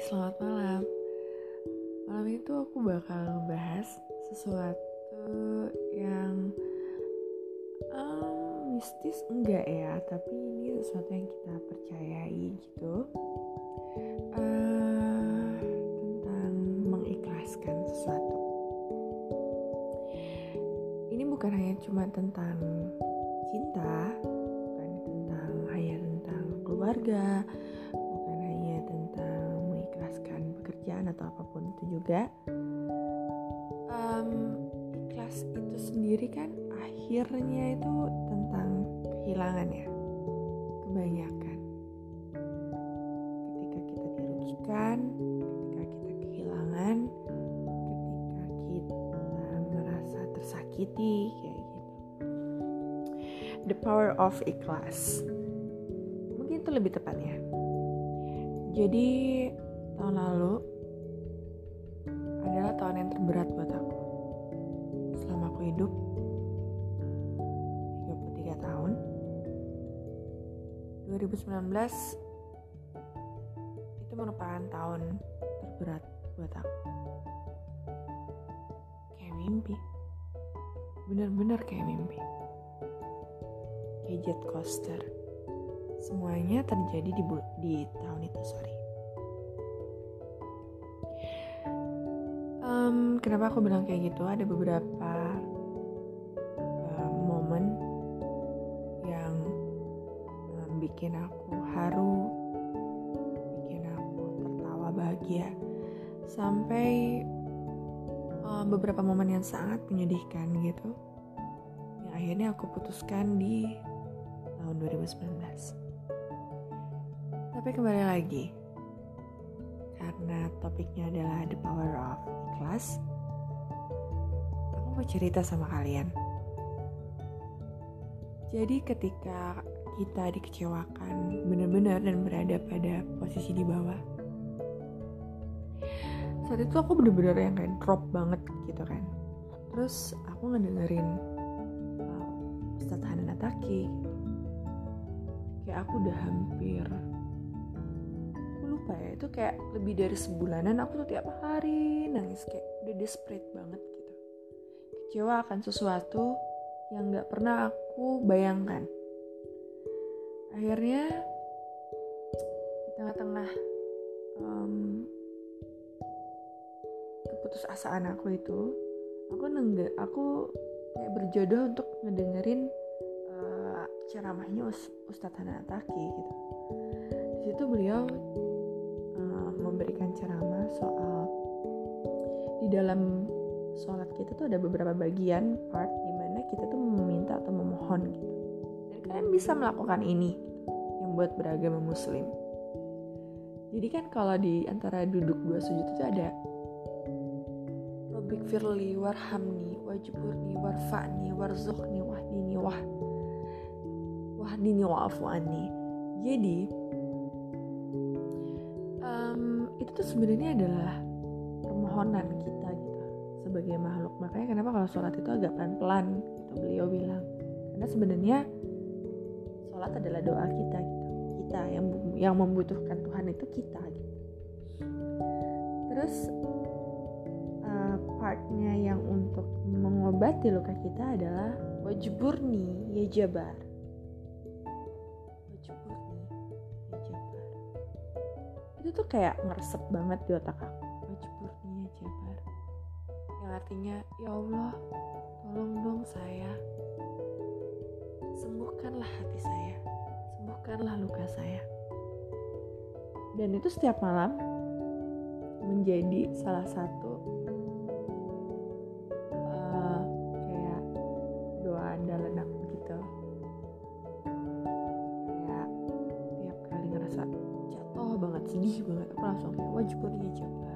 selamat malam. Malam itu aku bakal ngebahas sesuatu yang mistis enggak ya, tapi ini sesuatu yang kita percayai gitu. Tentang mengikhlaskan sesuatu. Ini bukan hanya cuma tentang cinta, bukan hanya tentang keluarga, bukan hanya tentang mengikhlaskan pekerjaan atau apapun itu juga. Ikhlas itu sendiri kan akhirnya itu tentang kehilangan ya, kebanyakan. Ketika kita dirugikan, ketika kita kehilangan, ketika kita merasa tersakiti kayak gitu. The power of ikhlas. Mungkin itu lebih tepatnya. Jadi tahun lalu adalah tahun yang terberat buat aku. Selama aku hidup 33 tahun. 2019 itu merupakan tahun terberat buat aku. Kayak mimpi. Benar-benar kayak mimpi. Kayak jet coaster. Semuanya terjadi di tahun itu, Kenapa aku bilang kayak gitu? Ada beberapa momen yang bikin aku haru, bikin aku tertawa bahagia, sampai beberapa momen yang sangat menyedihkan gitu, yang akhirnya aku putuskan di tahun 2019. Tapi kembali lagi, karena topiknya adalah the power of ikhlas, aku mau cerita sama kalian. Jadi ketika kita dikecewakan benar-benar dan berada pada posisi di bawah, saat itu aku benar-benar yang kayak drop banget gitu kan. Terus aku ngedengerin Ustadz Hanan Attaqi. Kayak aku udah hampir, aku lupa ya, itu kayak lebih dari sebulanan aku tuh tiap hari nangis, kayak udah desperate banget gitu, kecewa akan sesuatu yang gak pernah aku bayangkan. Akhirnya di tengah-tengah keputusasaan aku itu, aku kayak berjodoh untuk ngedengerin ceramahnya Ustadz Hanan Attaqi gitu. Di situ beliau memberikan ceramah soal di dalam sholat kita tuh ada beberapa bagian part di mana kita tuh meminta atau memohon gitu. Dan kalian bisa melakukan ini yang buat beragama muslim. Jadi kan kalau di antara duduk dua sujud itu ada Rabbik firli warhamni wajburni warfa'ni warzuqni wahdini wahdini wa'afu anni. Jadi itu tuh sebenarnya adalah permohonan kita gitu sebagai makhluk. Makanya kenapa kalau sholat itu agak pelan-pelan gitu beliau bilang, karena sebenarnya sholat adalah doa kita gitu. Kita yang membutuhkan Tuhan itu kita gitu. Terus partnya yang untuk mengobati luka kita adalah wajburni ya jabar. Itu tuh kayak ngeresep banget di otak aku. Wajburni ya jabar, yang artinya ya Allah, tolong dong saya, sembuhkanlah hati saya, sembuhkanlah luka saya. Dan itu setiap malam menjadi salah satu kayak doa andalan aku gitu. Kayak tiap kali ngerasa jatuh banget, sedih banget, aku langsung kayak wajburni ya jabar.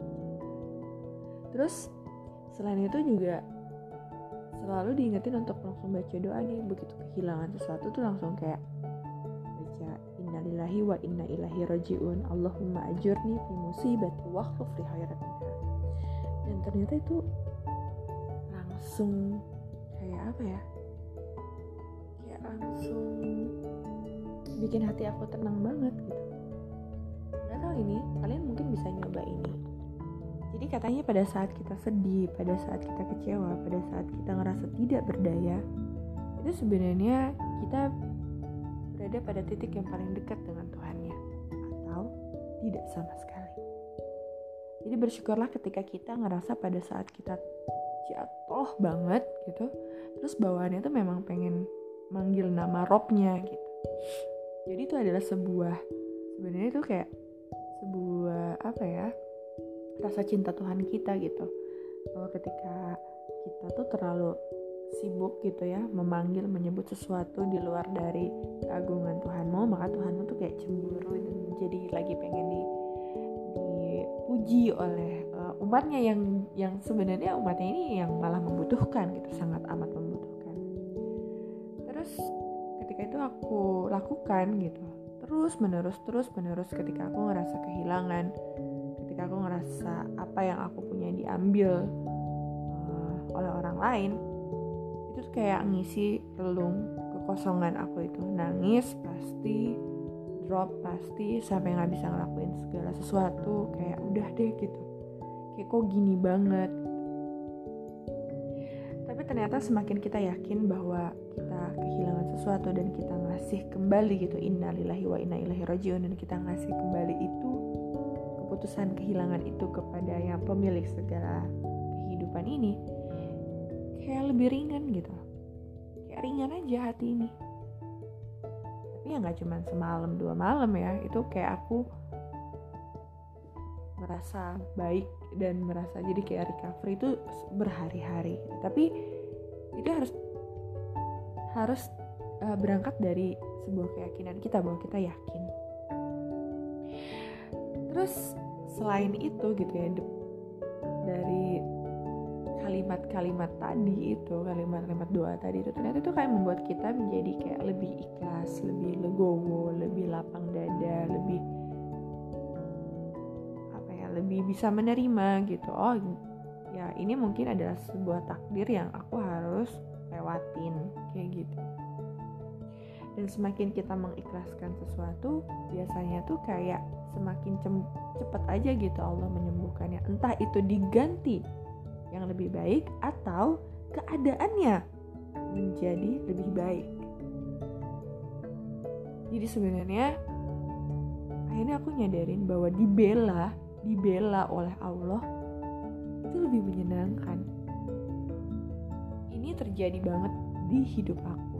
Terus selain itu juga selalu diingetin untuk langsung baca doa nih, begitu kehilangan sesuatu tuh langsung kayak baca innalillahi wa inna ilaihi rajiun, Allahumma ajurni fi musibati wa akhlif li khairan minha. Dan ternyata itu langsung kayak apa ya, kayak langsung bikin hati aku tenang banget gitu. Gak tau ini kalian mungkin bisa nyoba ini. Jadi katanya pada saat kita sedih, pada saat kita kecewa, pada saat kita ngerasa tidak berdaya, itu sebenarnya kita berada pada titik yang paling dekat dengan Tuhannya, atau tidak sama sekali. Jadi bersyukurlah ketika kita ngerasa pada saat kita jatuh banget gitu, terus bawaannya tuh memang pengen manggil nama Robnya gitu. Jadi itu adalah sebenarnya itu kayak sebuah rasa cinta Tuhan kita gitu, bahwa ketika kita tuh terlalu sibuk gitu ya menyebut sesuatu di luar dari keagungan Tuhanmu, maka Tuhanmu tuh kayak cemburu dan jadi lagi pengen dipuji oleh umatnya yang sebenarnya umatnya ini yang malah membutuhkan gitu, sangat amat membutuhkan. Terus ketika itu aku lakukan gitu terus menerus ketika aku ngerasa kehilangan, ketika aku ngerasa apa yang aku punya diambil oleh orang lain, itu tuh kayak ngisi relung kekosongan aku itu. Nangis pasti, drop pasti, sampai gak bisa ngelakuin segala sesuatu, kayak udah deh gitu, kayak kok gini banget. Tapi ternyata semakin kita yakin bahwa kita kehilangan sesuatu dan kita ngasih kembali gitu, innalillahi wa inna ilaihi rajiun, dan kita ngasih kembali itu, keputusan kehilangan itu kepada yang pemilik segala kehidupan ini, kayak lebih ringan gitu, kayak ringan aja hati ini. Tapi ya gak cuma semalam 2 malam ya, itu kayak aku merasa baik dan merasa jadi kayak recovery itu berhari-hari. Tapi itu harus berangkat dari sebuah keyakinan kita bahwa kita yakin. Terus selain itu gitu ya, dari kalimat-kalimat tadi itu, kalimat-kalimat doa tadi itu, ternyata itu kayak membuat kita menjadi kayak lebih ikhlas, lebih legowo, lebih lapang dada, lebih bisa menerima gitu. Oh ya, ini mungkin adalah sebuah takdir yang aku harus lewatin, kayak gitu. Dan semakin kita mengikhlaskan sesuatu, biasanya tuh kayak semakin cepat aja gitu Allah menyembuhkannya. Entah itu diganti yang lebih baik atau keadaannya menjadi lebih baik. Jadi sebenarnya akhirnya aku nyadarin bahwa dibela oleh Allah itu lebih menyenangkan. Ini terjadi banget di hidup aku.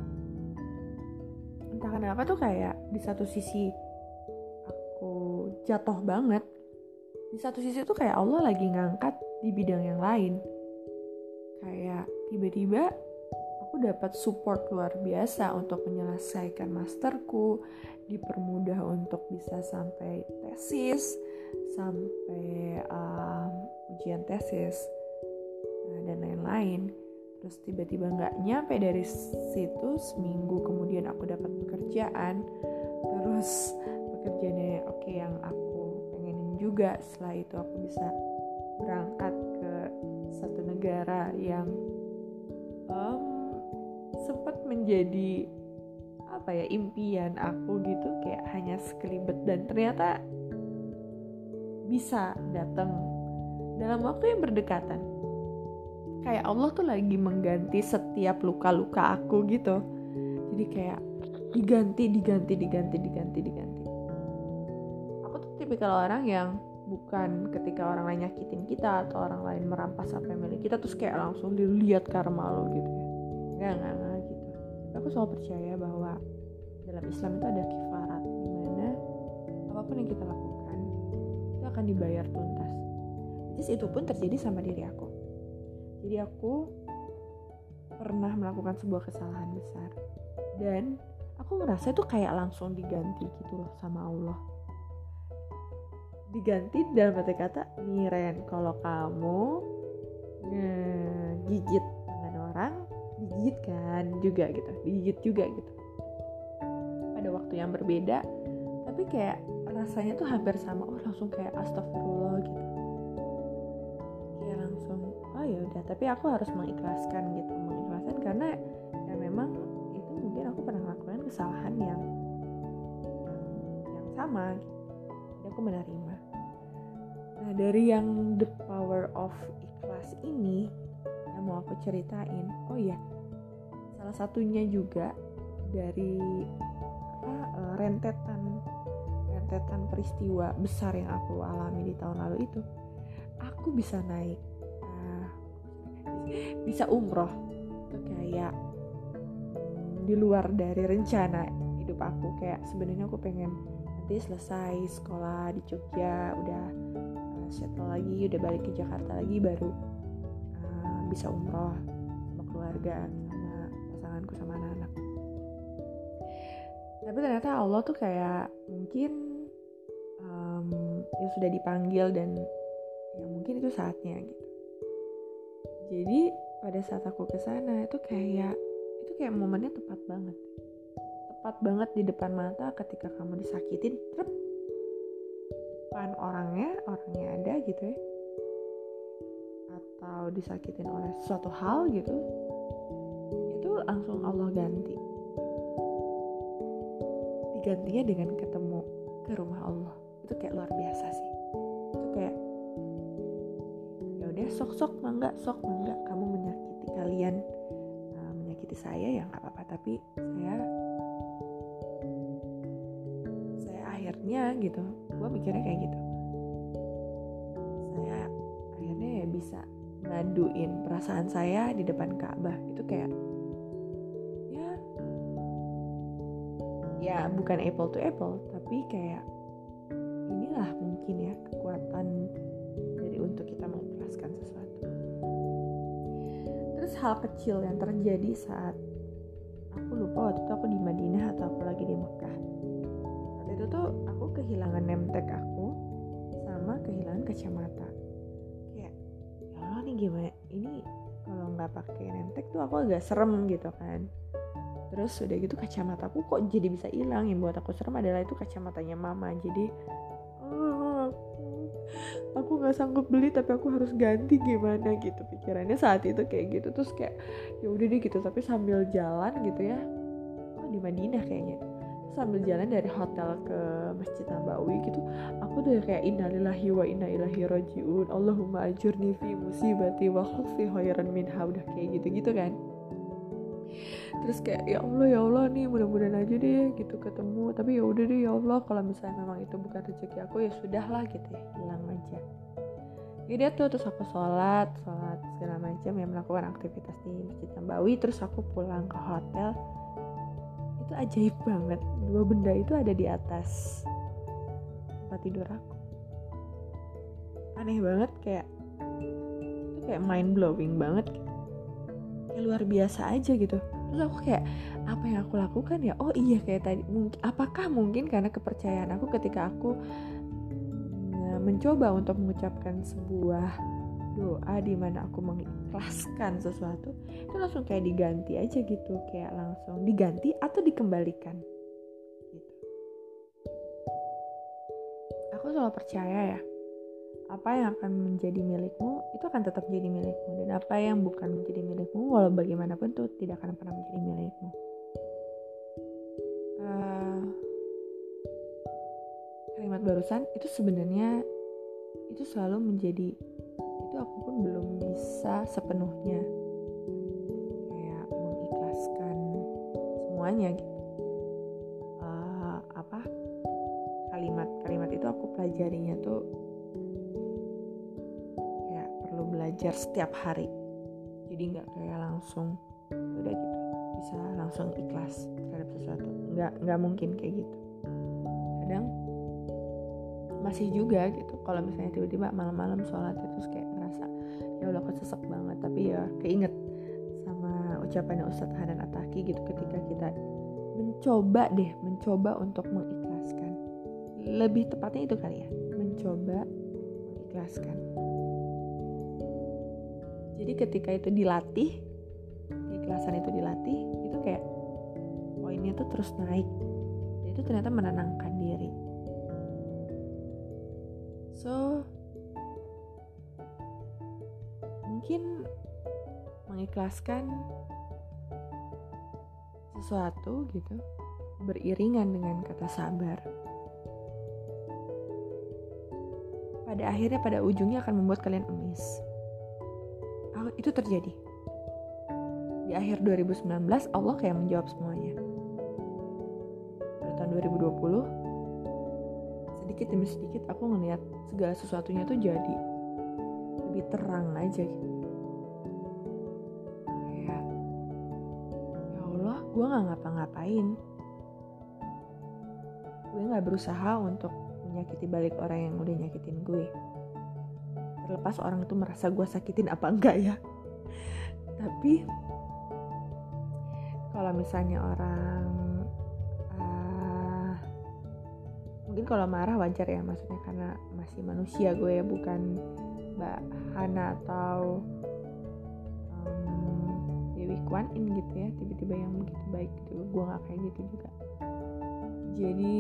Entah kenapa tuh kayak di satu sisi aku jatuh banget, di satu sisi tuh kayak Allah lagi ngangkat di bidang yang lain. Kayak tiba-tiba aku dapat support luar biasa untuk menyelesaikan masterku, dipermudah untuk bisa sampai tesis, sampai ujian tesis dan lain-lain. Terus tiba-tiba gak nyampe dari situ, seminggu kemudian aku dapat pekerjaan. Terus pekerjaannya oke, yang aku pengenin juga. Setelah itu aku bisa berangkat ke satu negara yang sempat menjadi impian aku gitu, kayak hanya sekelibet, dan ternyata bisa datang dalam waktu yang berdekatan. Kayak Allah tuh lagi mengganti setiap luka-luka aku gitu. Jadi kayak diganti. Aku tuh tipikal orang yang bukan ketika orang lain nyakitin kita atau orang lain merampas apa yang milik kita terus kayak langsung dilihat karma lo gitu ya. Enggak gitu. Aku selalu percaya bahwa dalam Islam itu ada kifarat, dimana apapun yang kita lakukan itu akan dibayar tuntas. Jadi itu pun terjadi sama diri aku. Jadi aku pernah melakukan sebuah kesalahan besar dan aku ngerasa itu kayak langsung diganti gitu loh sama Allah. Diganti dalam arti kata, nih Ren, kalau kamu gigit tangan orang, digigit juga gitu. Pada waktu yang berbeda, tapi kayak rasanya tuh hampir sama. Oh, langsung kayak astagfirullah gitu. Kayak langsung, oh ya udah, tapi aku harus mengikhlaskan karena ya memang itu mungkin aku pernah melakukan kesalahan yang sama gitu. dan aku menerima. Nah, dari yang the power of ikhlas ini yang mau aku ceritain, oh ya, salah satunya juga dari rentetan peristiwa besar yang aku alami di tahun lalu itu, aku bisa naik, bisa umroh. Itu kayak di luar dari rencana hidup aku. Kayak sebenarnya aku pengen nanti selesai sekolah di Jogja, udah settle lagi, udah balik ke Jakarta lagi, baru bisa umroh sama keluarga, sama pasanganku, sama anak-anak. Tapi ternyata Allah tuh kayak mungkin ya sudah dipanggil dan ya mungkin itu saatnya gitu. Jadi pada saat aku kesana itu kayak momennya tepat banget di depan mata. Ketika kamu disakitin, depan orangnya ada gitu ya, atau disakitin oleh suatu hal gitu, itu langsung Allah digantinya dengan ketemu ke rumah Allah. Itu kayak luar biasa sih. Itu kayak ya udah, sok mangga kamu menyakiti saya ya nggak apa-apa, tapi saya akhirnya gitu, gue mikirnya kayak gitu, saya akhirnya ya bisa ngaduin perasaan saya di depan Ka'bah. Itu kayak ya bukan apple to apple, tapi kayak inilah mungkin ya kekuatan dari untuk kita mengikhlaskan sesuatu. Terus hal kecil yang terjadi saat aku lupa waktu itu aku di Madinah atau aku lagi di Mekah. Saat itu tuh aku kehilangan name tag aku sama kehilangan kacamata. Kayak ya Allah nih gimana ini, kalau nggak pakai name tag tuh aku agak serem gitu kan. Terus udah gitu kacamataku kok jadi bisa hilang. Yang buat aku serem adalah itu kacamatanya mama. Jadi aku nggak sanggup beli tapi aku harus ganti, gimana gitu pikirannya saat itu kayak gitu. Terus kayak ya udah deh gitu, tapi sambil jalan gitu ya, di Madinah kayaknya, sambil jalan dari hotel ke Masjid Nabawi gitu, aku udah kayak innalillahi wa inna ilaihi rajiun, Allahumma ajurni fi musibati wa khulfi khairan minha, udah kayak gitu kan. Terus kayak ya Allah nih mudah-mudahan aja deh gitu ketemu, tapi ya udah deh ya Allah, kalau misalnya memang itu bukan rezeki aku ya sudahlah gitu ya, hilang aja. Jadi terus aku sholat segala macam ya, melakukan aktivitas di Masjid Nabawi. Terus aku pulang ke hotel. Itu ajaib banget, 2 benda itu ada di atas tempat tidur aku. Aneh banget, kayak itu kayak mind blowing banget, kayak luar biasa aja gitu. Terus aku kayak apa yang aku lakukan ya, oh iya kayak tadi, apakah mungkin karena kepercayaan aku ketika aku mencoba untuk mengucapkan sebuah doa di mana aku mengikhlaskan sesuatu, itu langsung kayak diganti aja gitu, kayak langsung diganti atau dikembalikan gitu. Aku selalu percaya ya, apa yang akan menjadi milikmu itu akan tetap jadi milikmu, dan apa yang bukan menjadi milikmu walau bagaimanapun itu tidak akan pernah menjadi milikmu. Kalimat barusan itu sebenarnya itu selalu menjadi, itu aku pun belum bisa sepenuhnya kayak mengikhlaskan semuanya gitu. Kalimat itu aku pelajarinya tuh kayak perlu belajar setiap hari. Jadi nggak kayak langsung udah gitu bisa langsung ikhlas terhadap sesuatu, nggak mungkin kayak gitu. Kadang masih juga gitu, kalau misalnya tiba-tiba malam-malam sholat terus kayak ngerasa ya Allah kok sesek banget, tapi ya keinget sama ucapannya Ustadz Hanan Attaqi gitu, ketika kita mencoba untuk mengikhlaskan, lebih tepatnya itu kali ya, mencoba mengikhlaskan. Jadi ketika itu dilatih, keikhlasan itu dilatih, itu kayak poinnya tuh terus naik, dan itu ternyata menenangkan diri. So mungkin mengikhlaskan sesuatu gitu beriringan dengan kata sabar. pada akhirnya, pada ujungnya akan membuat kalian emis. Itu terjadi. Di akhir 2019 Allah kayak menjawab semuanya. Pada tahun 2020 sedikit demi sedikit aku ngelihat segala sesuatunya tuh jadi lebih terang aja gitu. Kayak ya Allah, gue gak ngapa-ngapain, gue gak berusaha untuk menyakiti balik orang yang udah nyakitin gue, terlepas orang itu merasa gue sakitin apa enggak ya. Tapi kalau misalnya orang mungkin kalau marah wajar ya, maksudnya karena masih manusia gue ya, bukan Mbak Hana atau Dewi Kwan In gitu ya, tiba-tiba yang begitu baik gitu. Gue gak kayak gitu juga. Jadi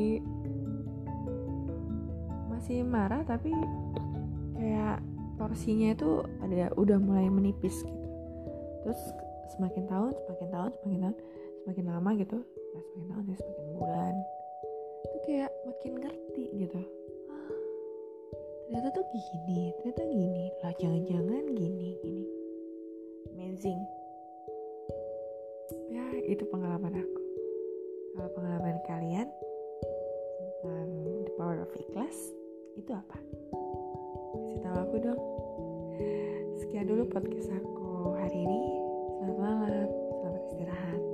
masih marah tapi kayak porsinya itu udah mulai menipis gitu. Terus semakin tahun semakin lama gitu, semakin tahun ya semakin bulan itu kayak makin ngerti gitu. Ternyata tuh ternyata gini lah, jangan-jangan gini. Amazing ya, itu pengalaman aku. Kalau pengalaman kalian tentang the power of ikhlas itu apa? Kasih tahu aku dong. Sekian dulu podcast aku hari ini. Selamat malam, selamat istirahat.